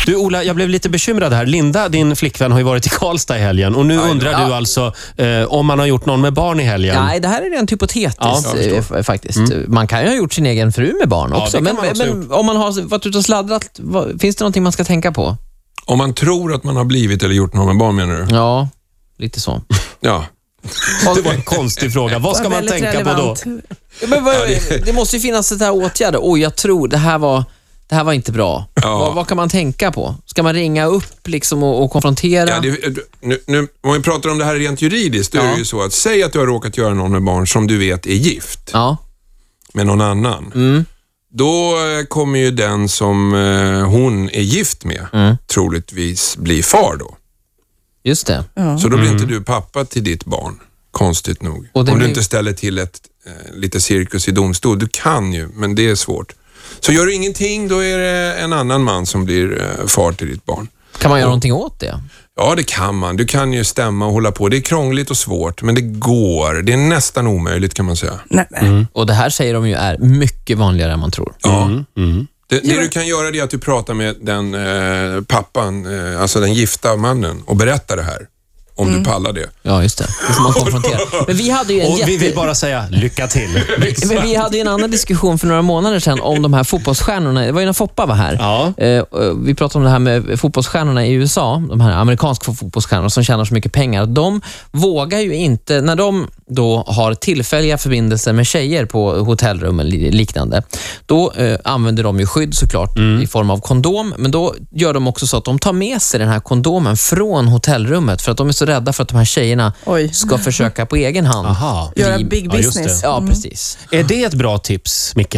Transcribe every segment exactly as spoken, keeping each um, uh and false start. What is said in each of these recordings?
Du Ola, jag blev lite bekymrad här. Linda, din flickvän, har ju varit i Karlstad i helgen. Och nu Aj, undrar ja. du alltså eh, om man har gjort någon med barn i helgen. Nej, det här är rent hypotetiskt ja, faktiskt. Mm. Man kan ju ha gjort sin egen fru med barn också. Ja, men också men om man har varit ute och sladdrat, vad, finns det någonting man ska tänka på? Om man tror att man har blivit eller gjort någon med barn, menar du? Ja, lite så. Ja. Det var en konstig fråga. Vad ska man tänka relevant. på då? Men vad, det måste ju finnas ett här åtgärder. Oj, jag tror det här var det här var inte bra. Ja. Vad, vad kan man tänka på? Ska man ringa upp liksom och, och konfrontera? Ja, det, nu, nu, om vi pratar om det här rent juridiskt, då ja. är det ju så att säg att du har råkat göra någon med barn som du vet är gift ja. med någon annan. Mm. Då kommer ju den som eh, hon är gift med mm. troligtvis bli far då. Just det. Ja. Så då blir mm. inte du pappa till ditt barn, konstigt nog. Om blir... du inte ställer till ett eh, lite cirkus i domstol. Du kan ju, men det är svårt. Så gör du ingenting, då är det en annan man som blir eh, far till ditt barn. Kan man göra och, någonting åt det? Ja, det kan man. Du kan ju stämma och hålla på. Det är krångligt och svårt, men det går. Det är nästan omöjligt, kan man säga. Nej. Mm. Och det här säger de ju är mycket vanligare än man tror. Ja. Mm. Mm. Det, det du kan göra är att du pratar med den eh, pappan, eh, alltså den gifta mannen, och berättar det här. Om mm. du pallar det. Ja, just det. Det får man konfrontera. Men vi hade ju en och jätte... vi vill bara säga lycka till. Men vi hade ju en annan diskussion för några månader sedan om de här fotbollsstjärnorna. Det var ju när Foppa var här. Ja. Vi pratade om det här med fotbollsstjärnorna i U S A. De här amerikanska fotbollsstjärnorna som tjänar så mycket pengar. De vågar ju inte, när de då har tillfälliga förbindelser med tjejer på hotellrum eller liknande, då eh, använder de ju skydd såklart mm. i form av kondom. Men då gör de också så att de tar med sig den här kondomen från hotellrummet för att de är så rädda för att de här tjejerna Oj. ska försöka på egen hand. Aha. Göra big business. Ja, mm. precis. Är det ett bra tips, Micke?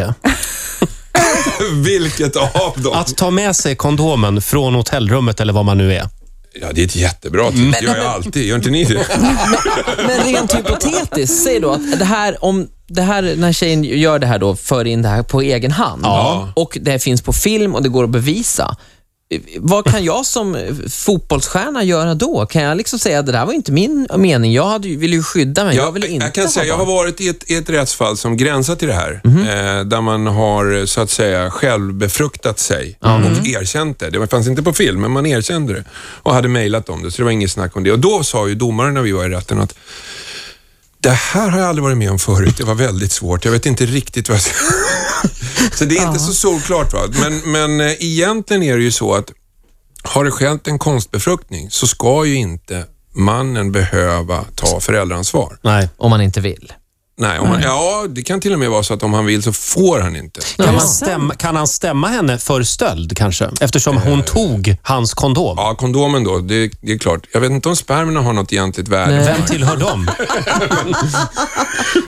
Vilket av dem? Att ta med sig kondomen från hotellrummet eller vad man nu är. Ja, det är ett jättebra tips. Det gör jag alltid. Gör inte ni det? men, men rent hypotetiskt, säg då att det här, om det här, när tjejen gör det här då, för in det här på egen hand. Ja. Och det finns på film och det går att bevisa. Vad kan jag som fotbollsstjärna göra då? Kan jag liksom säga att det där var inte min mening? Jag hade, ville ju skydda mig. Jag, jag, vill inte jag kan säga, jag har varit i ett, i ett rättsfall som gränsar till det här. Mm-hmm. eh, där man har så att säga självbefruktat sig mm. och erkänt det. Det fanns inte på film, men man erkände det. Och hade mejlat om det, så det var inget snack om det. Och då sa ju domaren när vi var i rätten att det här har jag aldrig varit med om förut. Det var väldigt svårt. Jag vet inte riktigt vad jag ska... Så det är inte ja. så solklart, va? Men, men eh, egentligen är det ju så att har det skett en konstbefruktning så ska ju inte mannen behöva ta föräldraansvar. Nej, om man inte vill. Nej, om man, ja, det kan till och med vara så att om han vill så får han inte. Kan, man stämma, kan han stämma henne för stöld kanske? Eftersom hon uh, tog hans kondom. Ja, kondomen då, det, det är klart. Jag vet inte om spermierna har något egentligt värde. Nej. Vem tillhör dem?